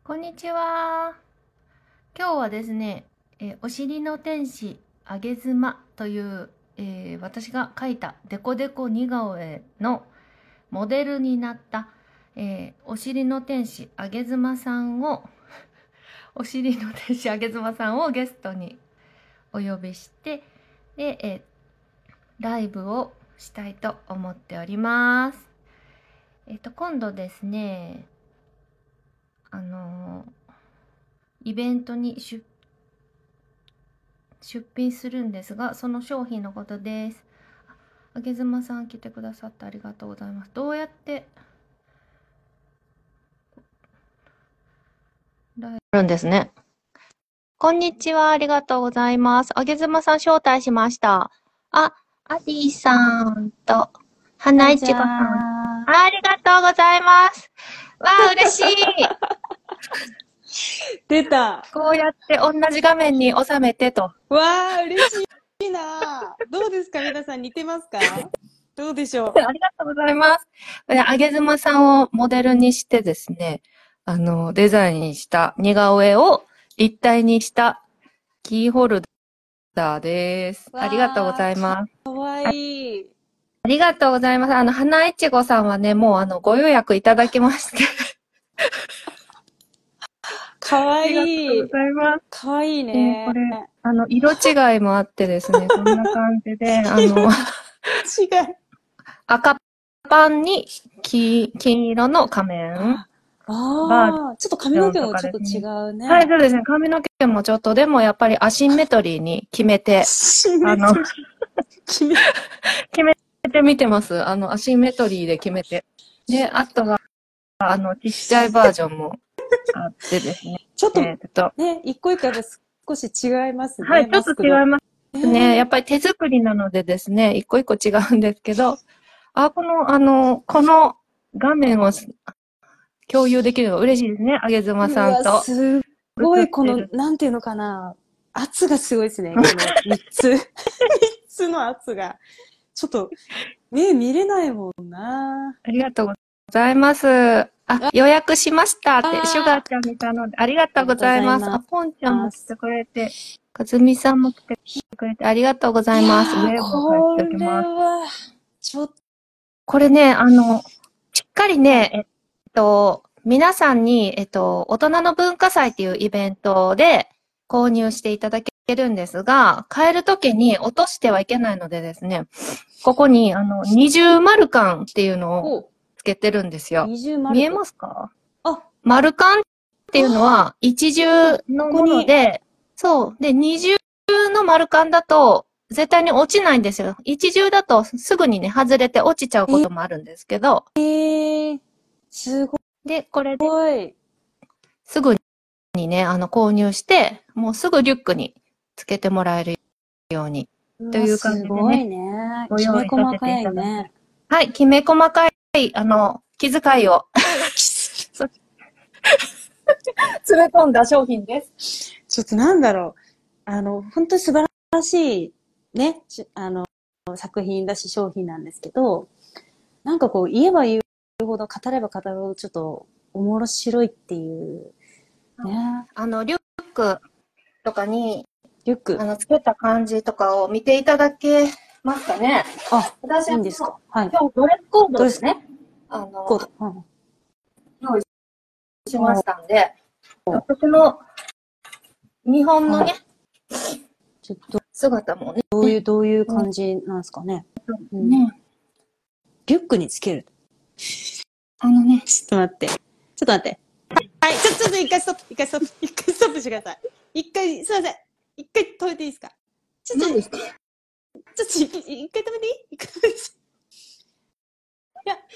こんにちは。今日はですね、お尻の天使あげ妻という、私が描いたデコデコ似顔絵のモデルになった、お尻の天使あげ妻さんをお尻の天使あげ妻さんをゲストにお呼びして、で、ライブをしたいと思っております。今度ですね、イベントに出品するんですが、その商品のことです。あげずまさん来てくださってありがとうございます。どうやってあるんですね。こんにちは、ありがとうございます。あげずまさん招待しました。あ、アディさんと、花いちごさん。ありがとうございます。わあ、嬉しい。 出た。 こうやって同じ画面に収めてと。 わあ、嬉しいな。どうですか、皆さん似てますか？どうでしょう。 ありがとうございます。あげずまさんをモデルにしてですね、デザインした似顔絵を立体にしたキーホルダーです。ありがとうございます。 かわいい。 ありがとうございます。花いちごさんはね、もうご予約いただきまして。 かわいい。 ありがとうございます。 かわいいね。 これ、色違いもあってですね、こんな感じで、 違う。 赤パンに金色の仮面。 ああ、ちょっと髪の毛もちょっと違うね。 はい、そうですね。髪の毛もちょっと、でもやっぱりアシンメトリーに決めて、決めてみてます。アシンメトリーで決めて。で、あとは、ちっちゃいバージョンもあってですね。 ちょっと、ね、一個一個やっぱ少し違いますね。 はい、ちょっと違いますね。やっぱり手作りなのでですね、一個一個違うんですけど、この画面を共有できるのが嬉しいですね、あげずまさんと。 すごい、この、なんていうのかな、圧がすごいですね、この3つ。3つの圧が。ちょっと、見れないもんな。 ありがとうございます。予約しましたって、シュガーちゃんに頼んで、ありがとうございます。ポンちゃんも来てくれて、かずみさんも来てくれて、ありがとうございます。ウェーブも入っておきます。これね、しっかりね、皆さんに、大人の文化祭っていうイベントで購入していただけるんですが、買えるときに落としてはいけないのでですね、ここに、二重丸缶っていうのをつけてるんですよ。見えますか？丸缶っていうのは一重のもので、そう。で、二重の丸缶だと絶対に落ちないんですよ。一重だとすぐにね、外れて落ちちゃうこともあるんですけど。 すごい。 で、これで、すぐにね、購入して、もうすぐリュックにつけてもらえるように。という感じでね。 すごいね。きめ細かいね。 はい、きめ細かい、気遣いを。詰め込んだ商品です。 ちょっとなんだろう。本当に素晴らしい、ね、作品だし商品なんですけど、なんかこう、言えば言うほど、語れば語るほど、ちょっと、面白いっていう。ね。 リュックとかに、 リュック。 つけた感じとかを見ていただけますかね？ いいんですか？はい。 今日ドレスコードですね。用意しましたんで、私の日本のね、 ちょっと姿もね。 どういう感じなんですかね。リュックにつける。ちょっと待って。はい、ちょっと一回ストップしてください。一回、すいません。一回止めていいですか？一回止めていい？いや、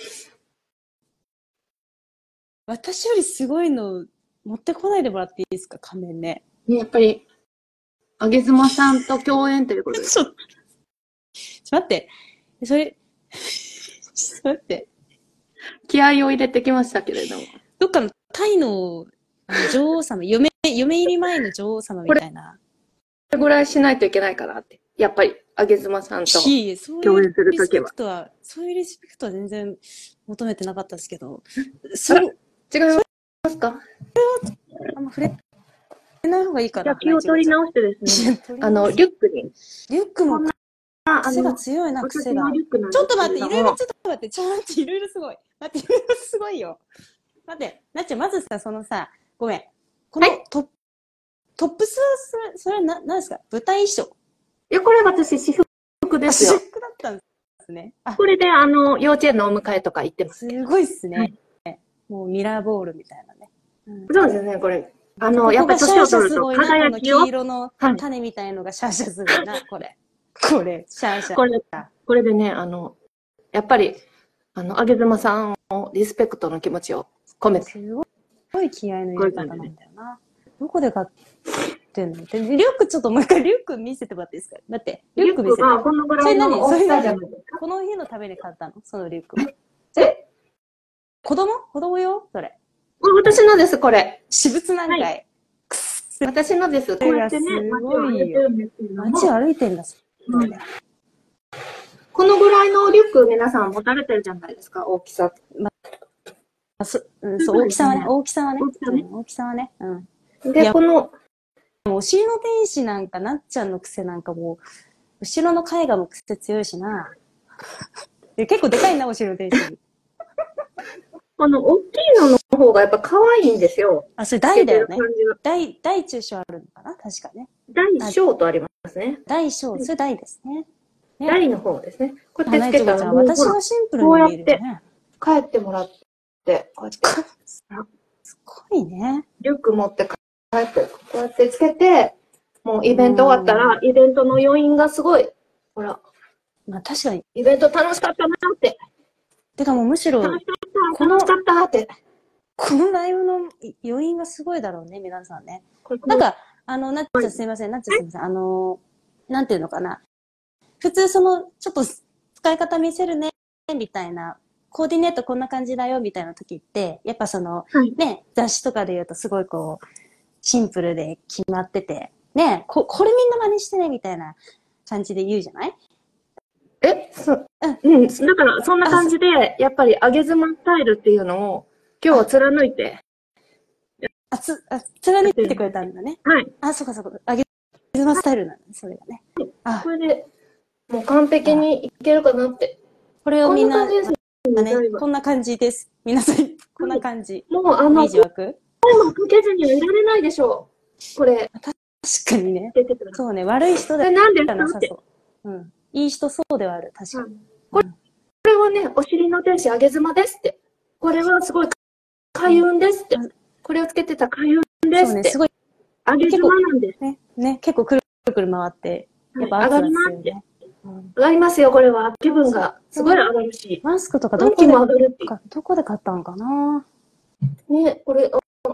私よりすごいの持ってこないでもらっていいですか？仮面ね。 やっぱり、あげずまさんと共演ということで。 ちょっと待って。ちょっと待って。 気合を入れてきましたけれども。 どっかのタイの女王様、嫁入り前の女王様みたいな。 これぐらいしないといけないかなって。やっぱり、あげずまさんと共演するときは。 そういうリスペクトは全然求めてなかったですけど。 違いますか？ あんま触れない方がいいかな。 じゃあ気を取り直してですね、リュックに。 リュックも癖が強いな、癖が。ちょっと待って、いろいろ、ちょっと待って、いろいろすごい。待って、いろいろすごいよ。待って、なっちゃん、まずさ、そのさ、ごめん。このトップス、それなんですか？舞台衣装。 いや、これ私、私服ですよ。 私服だったんですね。 これで、幼稚園のお迎えとか行ってます。 すごいっすね。もうミラーボールみたいなね。 そうですね、これ。やっぱ年を取ると輝きを。 黄色の種みたいのがシャーシャすごいな、これ。これ、シャーシャ。 これでね、やっぱり、あげずまさんをリスペクトの気持ちを込めて。 すごい気合いの入れ方なんだよな。どこで買ってんの？リュックちょっともう一回リュック見せてもらっていいですか？だって、リュック見せて。 このぐらいの大きさじゃないですか。 この日のために買ったの？そのリュック。子供よそれ。 私のです、これ。 私物なんかい。 私のです。こうやってね、 街を歩いてんだ。 このぐらいのリュック皆さん持たれてるじゃないですか、大きさ。 そう、大きさはね。大きさはね。 で、 お尻の天使なんか、なっちゃんの癖なんかもう、後ろの絵画も癖強いしな。結構でかいな、お尻の天使。 大きいのの方がやっぱ可愛いんですよ。 あ、それ大だよね。大中小あるのかな確かね。 大小とありますね。 大小、それ大ですね。 大の方ですね。こうやってつけたら、 私がシンプルに見えるね。 こうやって帰ってもらって、こうやって。 すごいね。 リュック持って帰って、こうやってつけて、もうイベント終わったら、イベントの余韻がすごい。ほら。 まあ確かに。 イベント楽しかったなって。 てかもうむしろ、 楽しかったって。 このライブの余韻がすごいだろうね、皆さんね。なんか、なっちゃんすいません。なんていうのかな。普通ちょっと使い方見せるね、みたいな、コーディネートこんな感じだよ、みたいな時って、やっぱね、雑誌とかで言うとすごいこう、シンプルで決まってて、ね、これみんな真似してね、みたいな感じで言うじゃない？ うん。だから、そんな感じで、やっぱり、上げ妻スタイルっていうのを、今日は貫いて。 貫いてくれたんだね。 はい。 そうか。上げ妻スタイルなんだね、それがね。 これで、もう完璧にいけるかなって。 これをみんな、こんな感じです。皆さん、こんな感じ。 もう、 イメージ湧く？ かけずにはいられないでしょう。これ。 確かにね。そうね、悪い人だったなさそう。うん。いい人そうではある、確かに。 これはね、お尻の天使上げ妻ですって。これはすごい開運ですって。これをつけてた開運ですって。 すごい。 上げ妻なんです。 ね、結構くるくる回って、やっぱ上がりますね。上がりますよ、これは。気分がすごい上がるし。 マスクとかどこで買ったのかな？ ね、これ、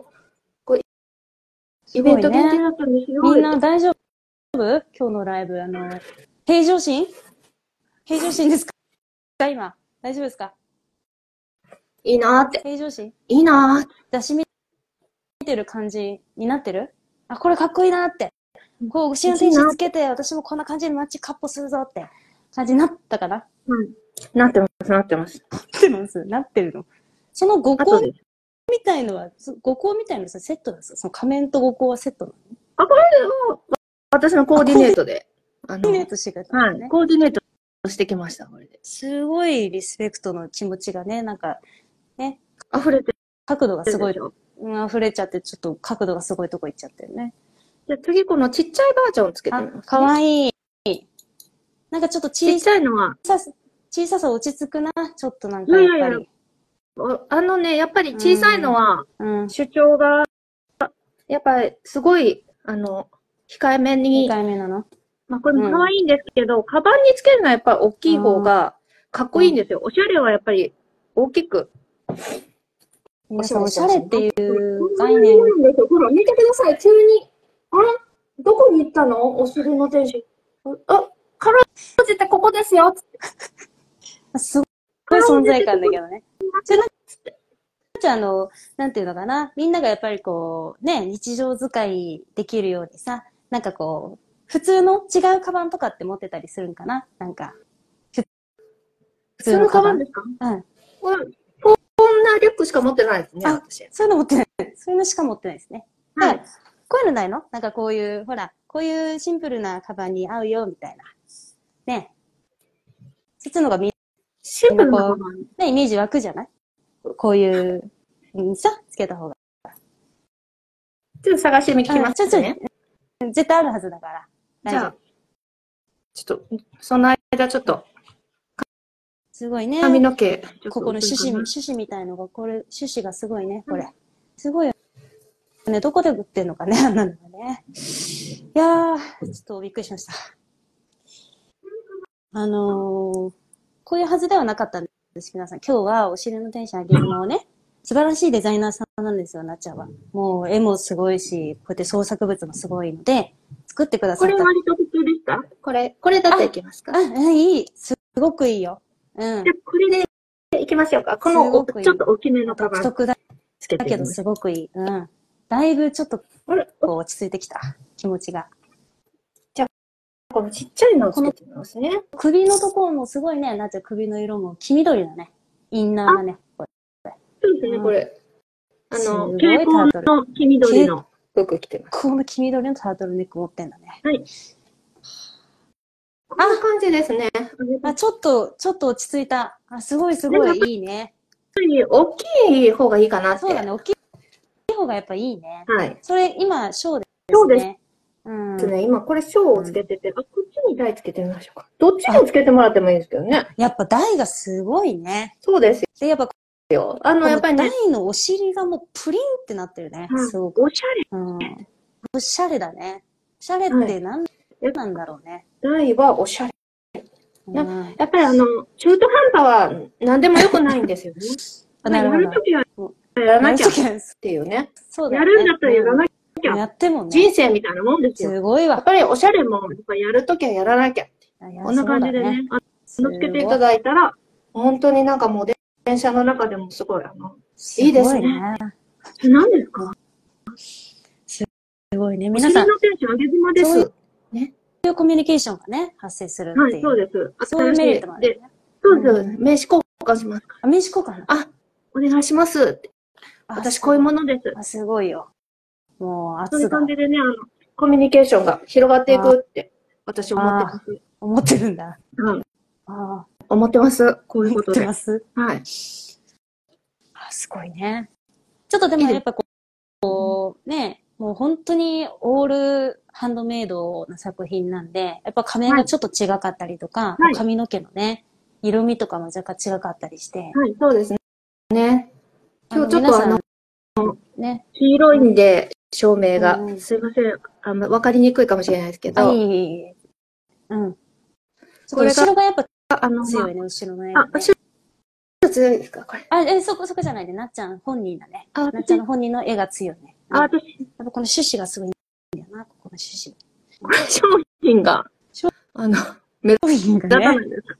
イベント限定だったんですよ。 みんな大丈夫？今日のライブ、平常心ですか今。大丈夫ですか？ いいなーって。 平常心？ いいなーって。 出し見てる感じになってる？これかっこいいなーって。こう、後ろの天使つけて、私もこんな感じでマッチカッポするぞって感じになったかな？ なってます。 なってるの。その五光みたいのはセットです。その仮面と五光はセットなの？ これは、私のコーディネートで。 コーディネートしてくれたんですね。 はい。コーディネートしてきました、これで。 すごいリスペクトの気持ちがね、なんか、ね。 溢れてる。 角度がすごい。溢れちゃって、ちょっと角度がすごいとこ行っちゃってるね。 じゃあ次このちっちゃいバージョンをつけてみます、ね。 かわいい。なんかちょっとちっちゃいのは。 小ささ落ち着くな。ちょっとなんかやっぱり。 やっぱり小さいのは、主張が、やっぱりすごい、控えめに。 控えめなの？ これも可愛いんですけど、カバンにつけるのはやっぱり大きい方がかっこいいんですよ。おしゃれはやっぱり大きく。 皆さんおしゃれっていう概念。 ほら、見てください。急に。どこに行ったの？お尻の天使。かろうじてここですよ。 すごい存在感だけどね。じゃあなんていうのかな。みんながやっぱりこう、ね、日常使いできるようにさ、なんかこう、普通の違うカバンとかって持ってたりするんかな？なんか。 普通のカバンですか？こんなリュックしか持ってないですね、私。 そういうの持ってない。そういうのしか持ってないですね。 はい。 こういうのないの？なんかこういう、ほら、こういうシンプルなカバンに合うよ、みたいな。ね。そういうのがみシンプルなんなこう、 カバン。 ね、イメージ湧くじゃない？こういう、さ、つけた方が。 ちょっと探してみきますね。 絶対あるはずだから。 じゃあ、ちょっと、その間ちょっと、 すごいね。 髪の毛、 ここの種子みたいのが、これ、種子がすごいね、これ。すごいよね。どこで売ってんのかね、あんなのがね。いやー、ちょっとびっくりしました。こういうはずではなかったんです、皆さん。今日はお尻のテンション上げ妻をね、素晴らしいデザイナーさんなんですよ、なっちゃんは。もう絵もすごいし、こうやって創作物もすごいので、作ってくださった。 これ割と普通でしたこれだといけますか？ いい。すごくいいよ。うん。 じゃこれでいきましょうか。このちょっと大きめのカバン。 独特だけどすごくいい。うん。だいぶちょっと、こう落ち着いてきた。気持ちが。 じゃあ、このちっちゃいのをつけてみますね。 首のところもすごいね。なっちゃん首の色も黄緑だね。インナーがね。 そうですね、これ。 蛍光の黄緑の服着てます。 この黄緑のタートルネック持ってんだね。 はい。こんな感じですね。 ちょっと落ち着いた。すごいいいね。 大きい方がいいかなって。 そうだね、大きい方がやっぱいいね。 はい。 それ、今、ショーですね。 そうですね。今、これ、ショーをつけてて、こっちに台つけてみましょうか。どっちにつけてもらってもいいんですけどね。 やっぱ台がすごいね。 そうですよ。 で、やっぱ、 やっぱりね。 台のお尻がもうプリンってなってるね。すごく。 おしゃれ。 おしゃれだね。おしゃれってなんだろうね。 台はおしゃれ。やっぱり中途半端は何でもよくないんですよね。やるときはやらなきゃっていうね。やるんだったらやらなきゃ。 やってもね。 人生みたいなもんですよ。 すごいわ。 やっぱりおしゃれもやるときはやらなきゃ。こんな感じでね。つけていただいたら、本当になんかもう電車の中でもすごいいいですね。何ですか？ すごいね。皆さん。 お尻のテンション上げ妻です。ね。 そういうコミュニケーションがね、発生するっていう。 はい、そうです。 そういうメリットもあるね。 そうです。名刺交換しますか？ 名刺交換。 お願いします。私こういうものです。 すごいよ。もう、熱そういう感じでね、コミュニケーションが広がっていくって、私思ってます。 思ってるんだ。 はい。思ってます。こういうことで。 思ってます。 はい。 すごいね。ちょっとでもやっぱこう、ね、もう本当にオールハンドメイドな作品なんで、やっぱ仮面がちょっと違かったりとか、髪の毛のね、色味とかも若干違かったりして。 はい、そうですね。今日ちょっとね、 黄色いんで、照明が、すいません、わかりにくいかもしれないですけど。 うん。これ後ろがやっぱ強いね、後ろの絵が、ね。 後ろ強いですか、これ。 そこじゃないで、なっちゃん本人だね。なっちゃんの本人の絵が強いね。 私。 やっぱこの種子がすごいんだよな、ここの種子。 これ商品が、 商品がね。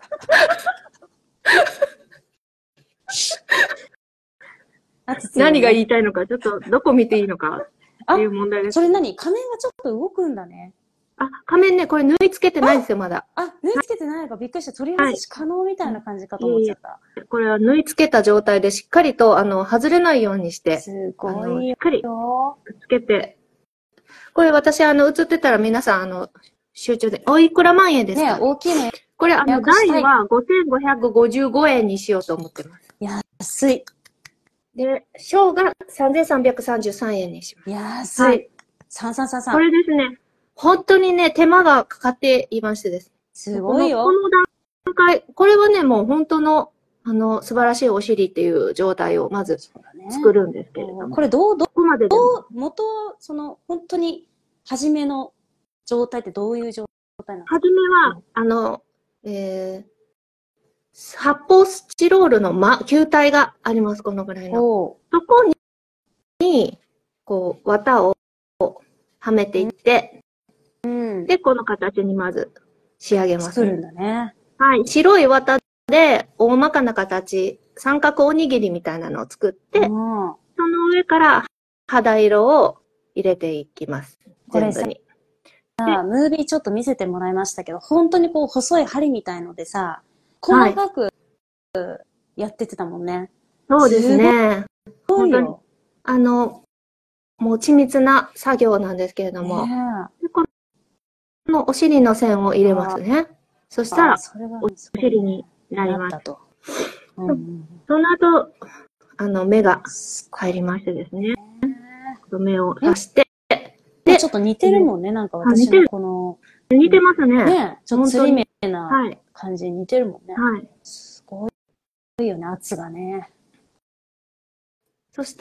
何が言いたいのか、ちょっとどこ見ていいのかっていう問題です。 それ何？仮面がちょっと動くんだね。 仮面ね、これ縫い付けてないんですよ、まだ。 縫い付けてないのかびっくりした。取り外し可能みたいな感じかと思っちゃった。 これは縫い付けた状態でしっかりと、外れないようにして。 すごいよ。 しっかりつけて。これ私、映ってたら皆さん、集中で。おいくら万円ですか？ ね、大きいね。 これ、台は5555円にしようと思ってます。 安い。 で、ショーが3333円にします。 安い。3333。 これですね。本当にね、手間がかかっていましてです。 すごいよ。 この段階、これはね、もう本当の、素晴らしいお尻っていう状態をまず作るんですけれども。 これどこまで本当に、初めの状態ってどういう状態なの？ 初めは、発泡スチロールの球体があります、このぐらいの。そこに、こう、綿をはめていって、で、この形にまず仕上げます。 作るんだね。 はい。白い綿で大まかな形、三角おにぎりみたいなのを作って、その上から肌色を入れていきます。全部に。 ムービーちょっと見せてもらいましたけど、本当にこう細い針みたいのでさ、細かくやってたもんね。 そうですね。 すごいよ。 もう緻密な作業なんですけれども、でこのお尻の線を入れますね。そしたら、お尻になります。その後、目が入りましてですね。目を出して。 で、ちょっと似てるもんね、なんか私のこの。 似てますね。 ね、ちょっとつり目な感じに似てるもんね。 はい。 すごいよね、圧がね。 そして、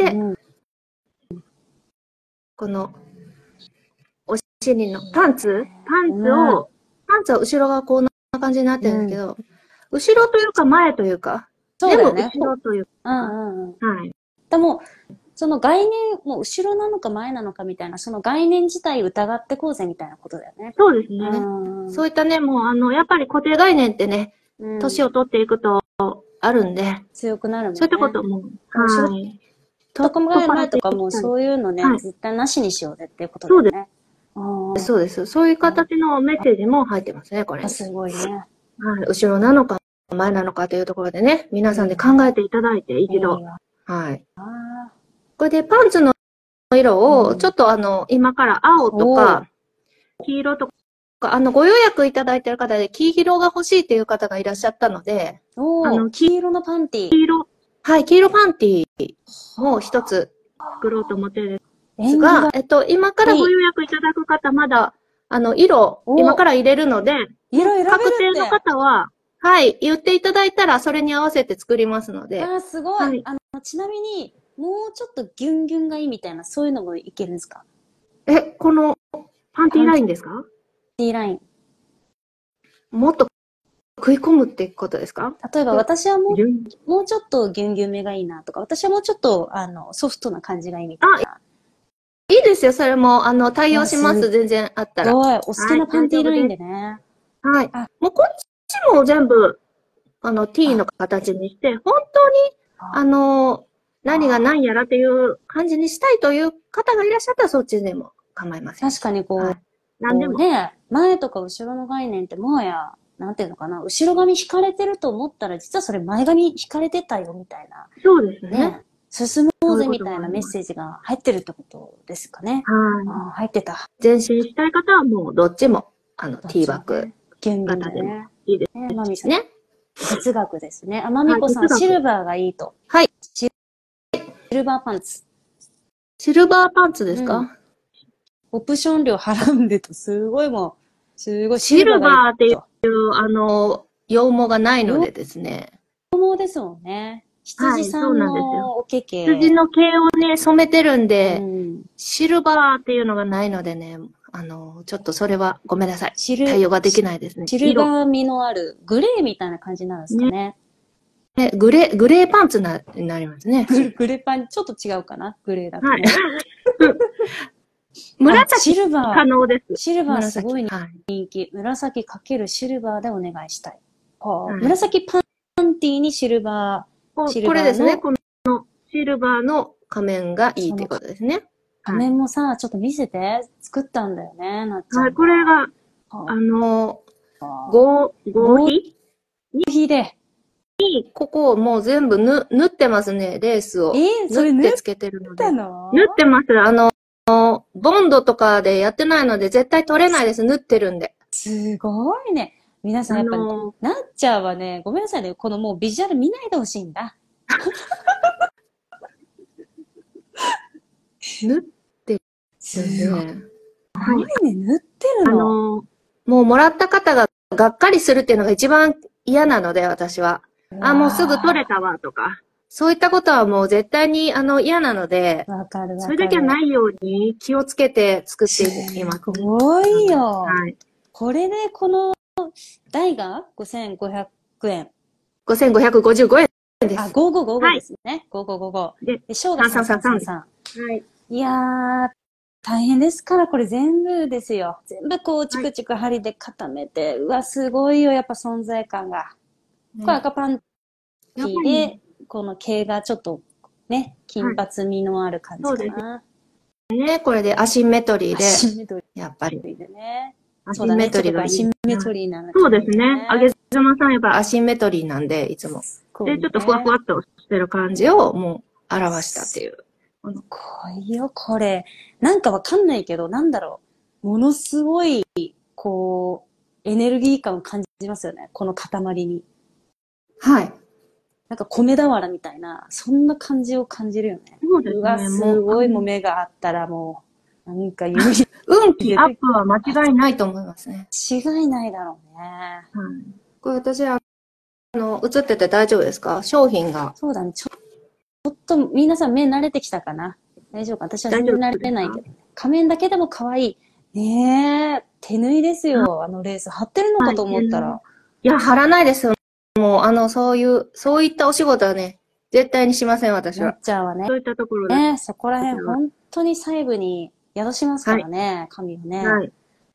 この、お尻のパンツは後ろがこんな感じになってるんですけど、後ろというか前というか、 そうだよね。 でも後ろというか。 はい。でも、その概念、もう後ろなのか前なのかみたいな、その概念自体疑ってこうぜみたいなことだよね。 そうですね。そういったね、もうやっぱり固定概念ってね、年を取っていくとあるんで。 強くなるもんね。 そういったことも、はい。 男前とかもそういうのね、絶対なしにしようぜっていうことだよね。 そうです。そういう形のメッセージも入ってますね、これ。 すごいね。 後ろなのか前なのかというところでね、皆さんで考えていただいて一度。はい。これでパンツの色を、ちょっと今から青とか、黄色とか、ご予約いただいている方で、黄色が欲しいという方がいらっしゃったので、 黄色のパンティー。 はい、黄色パンティーを一つ作ろうと思ってるんですが、今からご予約いただく方、まだ、色、今から入れるので、確定の方は、はい、言っていただいたら、それに合わせて作りますので。 すごい。ちなみに、もうちょっとギュンギュンがいいみたいな、そういうのもいけるんですか？ この、パンティーラインですか？パンティーライン。 もっと食い込むってことですか？ 例えば私はもうちょっとギュンギュンめがいいなとか、私はもうちょっと、ソフトな感じがいいみたいな。 いいですよ、それも、対応します、全然あったら。 すごい、お好きなパンティーラインでね。 はい。もうこっちも全部、T の形にして、本当に、何が何やらっていう感じにしたいという方がいらっしゃったら、そっちでも構いません。 確かにこう、何でもね、前とか後ろの概念ってもはや、なんていうのかな、後ろ髪引かれてると思ったら、実はそれ前髪引かれてたよ、みたいな。 そうですね。 進もうぜみたいなメッセージが入ってるってことですかね。入ってた。 前進したい方はもうどっちも、ティーバッグ。 ギュンギュンでね。 いいですね。 マミさん。ね。哲学ですね。マミコさん、シルバーがいいと。 はい。 シルバーパンツ。 シルバーパンツですか？ オプション料払うんでと、すごいもう、すごいシルバーっていう、羊毛がないのでですね。 羊毛ですもんね。羊さんのおけけ。 羊の毛をね、染めてるんで、シルバーっていうのがないのでね、ちょっとそれはごめんなさい。対応ができないですね。 シルバー味のある、グレーみたいな感じなんですかね。 グレーパンツになりますね。 グレーパン、ちょっと違うかなグレーだと。 はい。紫可能です。 シルバーすごい人気。紫かけるシルバーでお願いしたい。紫パンティーにシルバー。 これですね。このシルバーの仮面がいいってことですね。 仮面もさ、ちょっと見せて。作ったんだよね、なっちゃん。 はい、これが、合皮で。 ここをもう全部縫ってますね、レースを。 それ縫ってつけてるので。 縫ってます。ボンドとかでやってないので絶対取れないです。縫ってるんで。 すごいね。皆さんやっぱ、なっちゃんはね、ごめんなさいね。このもうビジュアル見ないでほしいんだ。 縫ってるね。はいね、縫ってるの。 もうもらった方ががっかりするっていうのが一番嫌なので、私は。もうすぐ取れたわとか。そういったことはもう絶対に嫌なので、それだけはないように気をつけて作っています。 すごいよ。はい。これでこの台が5500円。 5555円です。 5555ですね。5555。で、小が333。はい。いやー、大変ですから、これ全部ですよ。全部こう、チクチク針で固めて、うわ、すごいよ、やっぱ存在感が。これ赤パンティーで、この毛がちょっとね、金髪味のある感じかな。そうですね。これでアシンメトリーで。やっぱり。 アシンメトリーがアシンメトリーなんだ。 そうですね。あげずまさんやっぱアシンメトリーなんで、いつも。で、ちょっとふわふわっとしてる感じをもう表したっていう。 こいよ、これ。なんかわかんないけど、なんだろう。ものすごい、こう、エネルギー感を感じますよね。この塊に。 はい。 なんか米俵みたいな、そんな感じを感じるよね。 そうですね。 うわ、すごいもう目があったらもう、なんか指に運気アップは間違いないと思いますね。 違いないだろうね。 はい。これ私、映ってて大丈夫ですか？商品が。 そうだね。ちょっと皆さん目慣れてきたかな？大丈夫か？私は全然慣れないけど。仮面だけでも可愛い。ねえ、手縫いですよ。あのレース。貼ってるのかと思ったら。 いや、貼らないですよ。もう、そういったお仕事はね、絶対にしません、私は。 なっちゃうわね。 そういったところで。 ね、そこら辺、本当に細部に宿しますからね、神をね。 はい。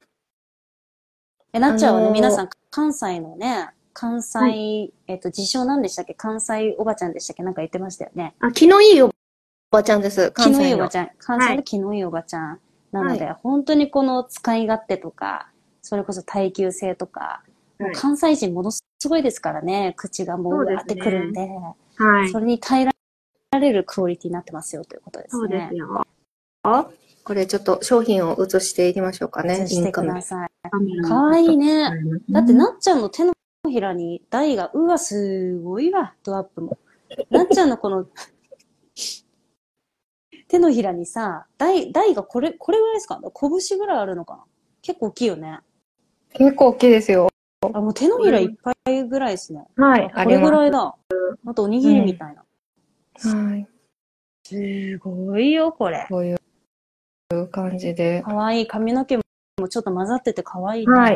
なっちゃうわね、皆さん、関西のね、関西、自称何でしたっけ？関西おばちゃんでしたっけ？なんか言ってましたよね。 気のいいおばちゃんです。 気のいいおばちゃん。関西の気のいいおばちゃん。なので、本当にこの使い勝手とか、それこそ耐久性とか、もう関西人ものすごいですからね、口がもうわーってくるんで、それに耐えられるクオリティになってますよということですね。 そうですよ。これちょっと商品を映していきましょうかね。 映してください。かわいいね。だってなっちゃんの手のひらに台が、うわ、すごいわ、ドアップも。なっちゃんのこの手のひらにさ、台がこれぐらいですか？拳ぐらいあるのかな？結構大きいよね。 結構大きいですよ。 もう手のひらいっぱいぐらいですね。 はい。 これぐらいだ。あとおにぎりみたいな。 はい。 すごいよ、これ。 こういう感じで。 かわいい。髪の毛もちょっと混ざっててかわいいね。 はい。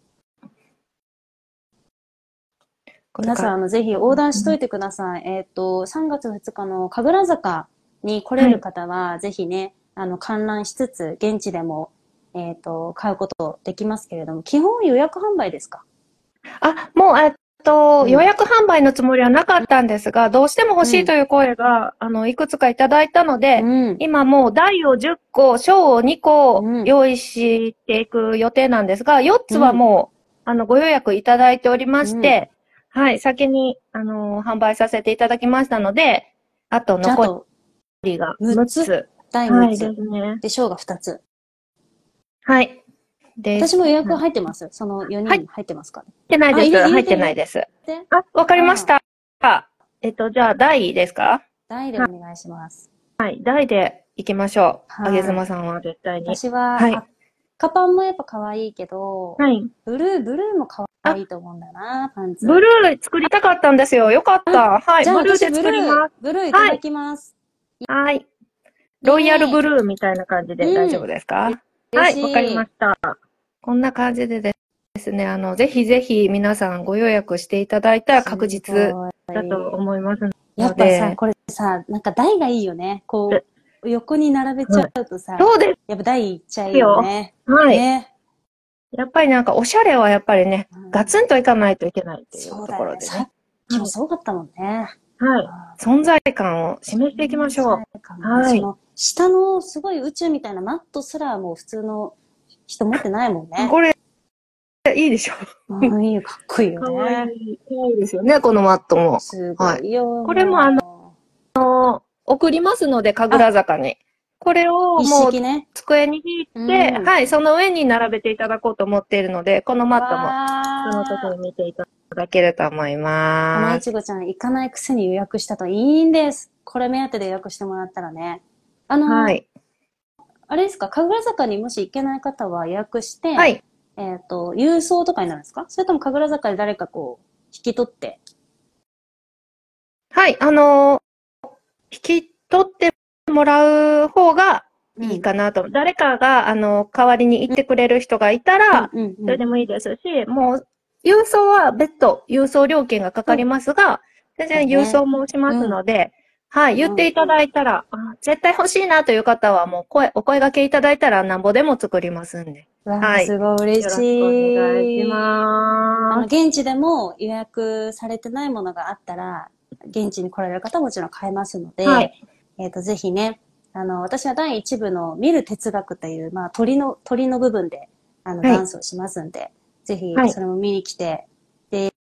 皆さん、ぜひ横断しといてください。3月2日の神楽坂に来れる方は、ぜひね、観覧しつつ、現地でも、買うことできますけれども、基本予約販売ですか？ もう、予約販売のつもりはなかったんですが、どうしても欲しいという声が、いくつかいただいたので、今もう台を10個、小を2個用意していく予定なんですが、4つはもう、ご予約いただいておりまして、はい、先に、販売させていただきましたので、あと残りが6つ。 台6つ。ですね。で、小が2つ。 はい。 私も予約入ってます。その4人入ってますかね。 入ってないです。入ってないです。わかりました。じゃあ、台ですか？ 台でお願いします。 はい。台で行きましょう。あげずまさんは絶対に。 私は、赤パンもやっぱ可愛いけど、ブルーも可愛いと思うんだな、パンツ。 ブルー作りたかったんですよ。よかった。はい。ブルーで作ります。 ブルーいただきます。 はい。ロイヤルブルーみたいな感じで大丈夫ですか？はい。わかりました。こんな感じでですね、ぜひぜひ皆さんご予約していただいたら確実だと思いますので。 やっぱさ、これさ、なんか台がいいよね。こう、横に並べちゃうとさ、 そうです。 やっぱ台いっちゃうよね。 はい。やっぱりなんかおしゃれはやっぱりね、ガツンといかないといけないっていうところでね。 さっきもそうだったもんね。 はい。存在感を示していきましょう。 はい。その、下のすごい宇宙みたいなマットすらもう普通の人持ってないもんね。 これ、いいでしょ。 いいよ、かっこいいよね。 かわいいですよね、このマットも。 すごいよ。 これも送りますので、神楽坂に。これをもう、机に引いて、はい、その上に並べていただこうと思っているので、このマットも、その時に見ていただけると思います。 浜いちごちゃん、行かないくせに予約したといいんです。これ目当てで予約してもらったらね。はい。あれですか、神楽坂にもし行けない方は予約して、はい。郵送とかになるんですか？それとも神楽坂で誰かこう、引き取って。 はい、引き取ってもらう方がいいかなと。誰かが、代わりに行ってくれる人がいたら、それでもいいですし、もう、郵送は別途、郵送料金がかかりますが、全然郵送もしますので、はい、言っていただいたら、絶対欲しいなという方は、もうお声掛けいただいたらなんぼでも作りますんで。 はい。すごい嬉しい。 よろしくお願いします。 現地でも予約されてないものがあったら、現地に来られる方はもちろん買えますので、はい、ぜひね、私は第1部の見る哲学という、まあ、鳥の部分で、ダンスをしますんで、ぜひ、それも見に来て、で、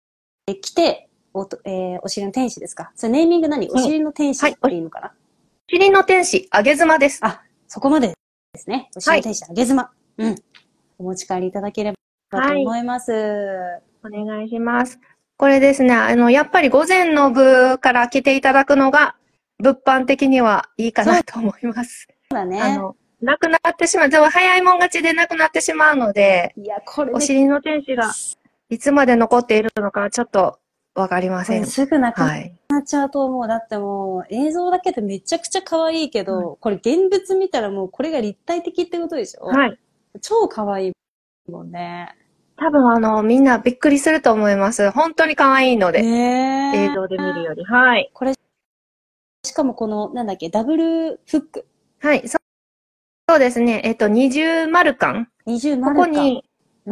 来て、お尻の天使ですか？それネーミング何？お尻の天使っていいのかな？ お尻の天使、あげ妻です。 あ、そこまでですね。お尻の天使、あげ妻。うん。お持ち帰りいただければと思います。 お願いします。これですね、やっぱり午前の部から来ていただくのが、物販的にはいいかなと思います。 そうだね。 なくなってしまう。でも早いもん勝ちでなくなってしまうので、 いや、これお尻の天使がいつまで残っているのかちょっとわかりません。 すぐなくなっちゃうと思う。だってもう映像だけでめちゃくちゃ可愛いけど、これ現物見たらもうこれが立体的ってことでしょ？ はい。 超可愛いもんね。 多分みんなびっくりすると思います。本当に可愛いので。 映像で見るより。はい。 これ、しかもこの、なんだっけ、ダブルフック。 はい。そうですね。二重丸カン。 二重丸カン。ここに、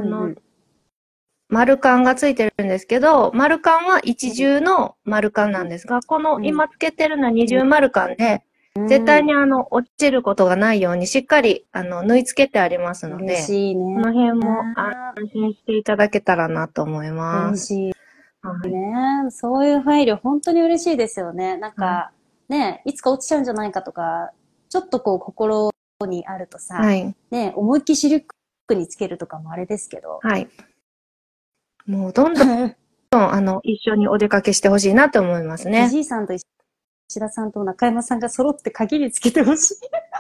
丸カンがついてるんですけど、丸カンは一重の丸カンなんですが、この今つけてるのは二重丸カンで、絶対に落ちることがないようにしっかり縫い付けてありますので、 嬉しいね。 この辺も安心していただけたらなと思います。 嬉しいね。そういう配慮本当に嬉しいですよね。なんか、ね、いつか落ちちゃうんじゃないかとか、ちょっとこう心にあるとさ、ね、思いっきしリュックにつけるとかもあれですけど。 はい。もうどんどん一緒にお出かけしてほしいなと思いますね。 藤井さんと石田さんと中山さんが揃って鍵につけてほしい。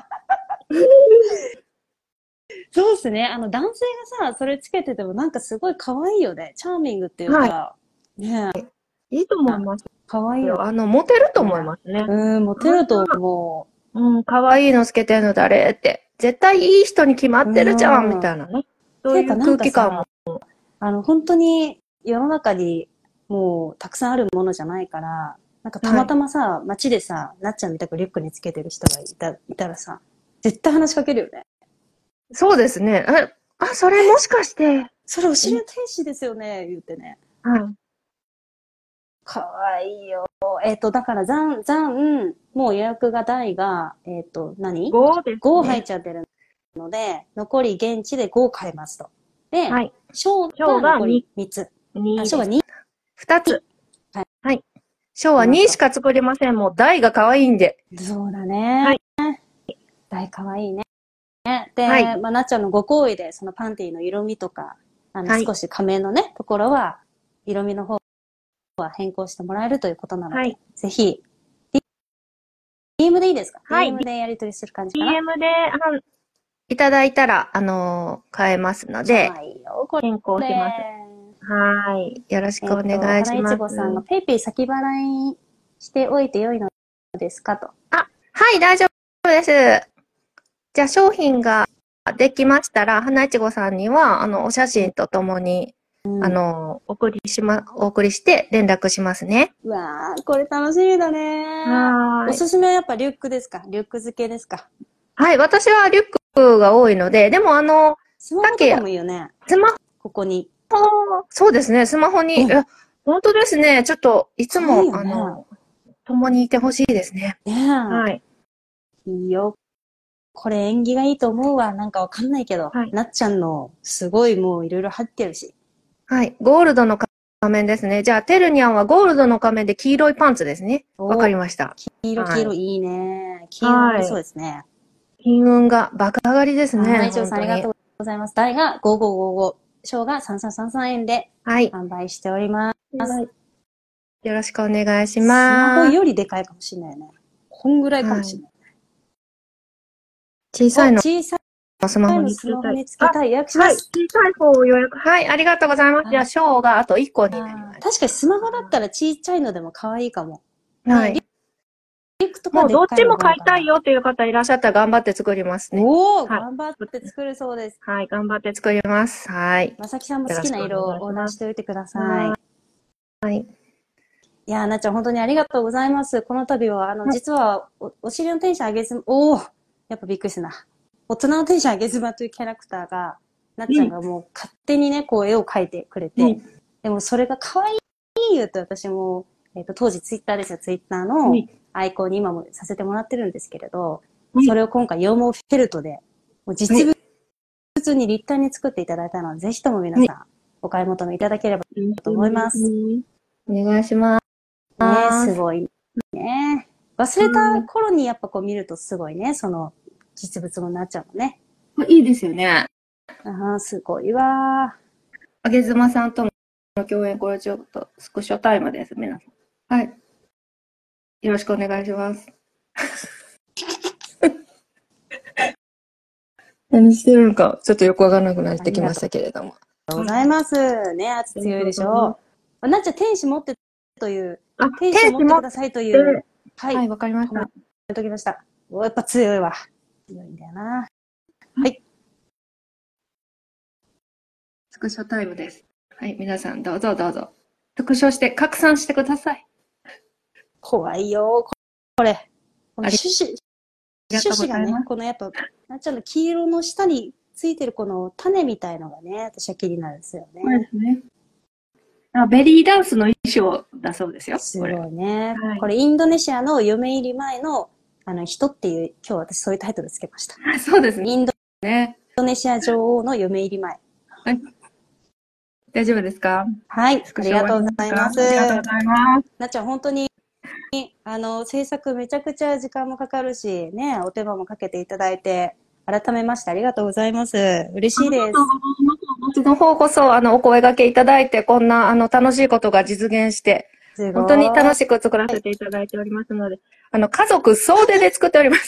そうですね。男性がさ、それつけててもなんかすごい可愛いよね。チャーミングっていうか。ねいいと思います。 可愛いよ。 モテると思いますね。 モテると思う。可愛いのつけてんの誰って。絶対いい人に決まってるじゃん、みたいなね。そういう空気感も。 本当に世の中にもうたくさんあるものじゃないから、なんかたまたまさ、街でさ、なっちゃんみたくリュックにつけてる人がいたらさ、絶対話しかけるよね。 そうですね。それもしかして。 それお尻の天使ですよね、言ってね。 はい。 かわいいよ。だからもう予約が台が、何 ?5 です、ね。 5入っちゃってるので、残り現地で5買えますと。で、小が残り3つ。小が2。 2つ。はい。小は2しか作れません。もう台が可愛いんで。 そうだね。はい。台可愛いね。で、なっちゃんのご好意で、そのパンティの色味とか、少し仮面のね、ところは、色味の方は変更してもらえるということなので、ぜひ、DM でいいですか？ DM でやり取りする感じかな？ DM で、いただいたら、変えますので、変更します。はい。よろしくお願いします。 花いちごさんがペイペイ先払いしておいてよいのですかと。 はい、大丈夫です。じゃあ、商品ができましたら、花いちごさんには、お写真とともに、お送りして連絡しますね。 うわー、これ楽しみだね。おすすめはやっぱリュックですか？リュック付けですか？ はい、私はリュックが多いので、でもスマホとかもいいよね。ここに。 そうですね、スマホに。本当ですね。ちょっと、いつも、共にいてほしいですね。はい。 いいよ。これ縁起がいいと思うわ。なんかわかんないけど。なっちゃんの、すごいもういろいろ入ってるし。 はい。ゴールドの仮面ですね。じゃあ、てるにゃんはゴールドの仮面で黄色いパンツですね。わかりました。 黄色いいね。金運ありそうですね。 金運が爆上がりですね。 はい、長さんありがとうございます。台が5555、小が3333円で販売しております。 よろしくお願いします。 スマホよりでかいかもしれないね。こんぐらいかもしれない。 小さいの。 小さいスマホにつけたい。予約します。 小さい方を予約。はい、ありがとうございます。じゃあ、小があと1個になります。 確かにスマホだったら小さいのでも可愛いかも。 はい。もうどっちも買いたいよっていう方いらっしゃったら頑張って作りますね。 頑張って作るそうです。 はい、頑張って作ります。はい。 まさきさんも好きな色をオーダーしておいてください。 はい。 いやー、なっちゃん本当にありがとうございます。この度は、実はお尻の天使あげず、やっぱびっくりするな。大人の天使あげずまというキャラクターが、なっちゃんがもう勝手にね、こう絵を描いてくれて、でもそれが可愛い言うと私も、当時ツイッターですよ、ツイッターのアイコンに今もさせてもらってるんですけれど、それを今回羊毛フェルトで、もう実物に立体に作っていただいたので、ぜひとも皆さん、お買い求めいただければと思います。 お願いします。 ね、すごいね。 忘れた頃にやっぱこう見るとすごいね、その実物もなっちゃうのね。 いいですよね。 ああ、すごいわあげずまさんとの共演、これちょっとスクショタイムです、皆さん。はい。よろしくお願いします。何してるのか、ちょっとよくわからなくなってきましたけれども。 ありがとうございます。ね、圧強いでしょう。なっちゃん、天使持ってという、天使を持ってくださいという、 はい、わかりました。 やっときました。やっぱ強いわ。強いんだよな。はい。 スクショタイムです。はい、皆さんどうぞどうぞ。スクショして拡散してください。 怖いよ、これ。この種子がね、このやっぱ、なっちゃんの黄色の下についてるこの種みたいのがね、私は気になるんですよね。 そうですね。ベリーダンスの衣装だそうですよ。 すごいね。これインドネシアの嫁入り前の人っていう、今日私そういうタイトルつけました。 そうですね。 インドネシア女王の嫁入り前。 はい。大丈夫ですか？ はい。ありがとうございます。 ありがとうございます。 なっちゃん、本当に、制作めちゃくちゃ時間もかかるし、ね、お手間もかけていただいて、改めましてありがとうございます。嬉しいです。 うちの方こそ、お声掛けいただいて、こんな、楽しいことが実現して、本当に楽しく作らせていただいておりますので、家族総出で作っております。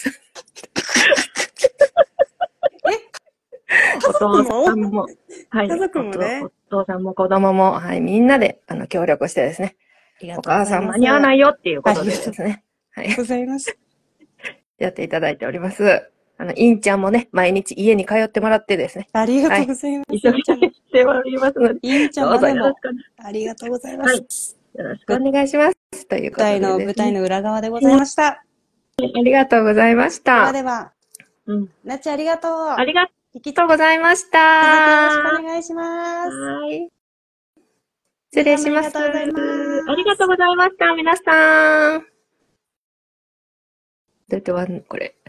お父さんも、はい、 家族もね。 お父さんも子供も、はい、みんなで、協力してですね、お母さん間に合わないよっていうことでですね、 はい。ありがとうございます。 やっていただいております。インちゃんもね、毎日家に通ってもらってですね。 ありがとうございます。 一緒にしておりますので。 インちゃんまでも。ありがとうございます。 よろしくお願いします。ということで、 舞台の裏側でございました。ありがとうございました。 では、なっちゃんありがとう。 ありがとうございました。 よろしくお願いします。 はい。失礼します。ありがとうございました。皆さん。どうやって終わるのこれ。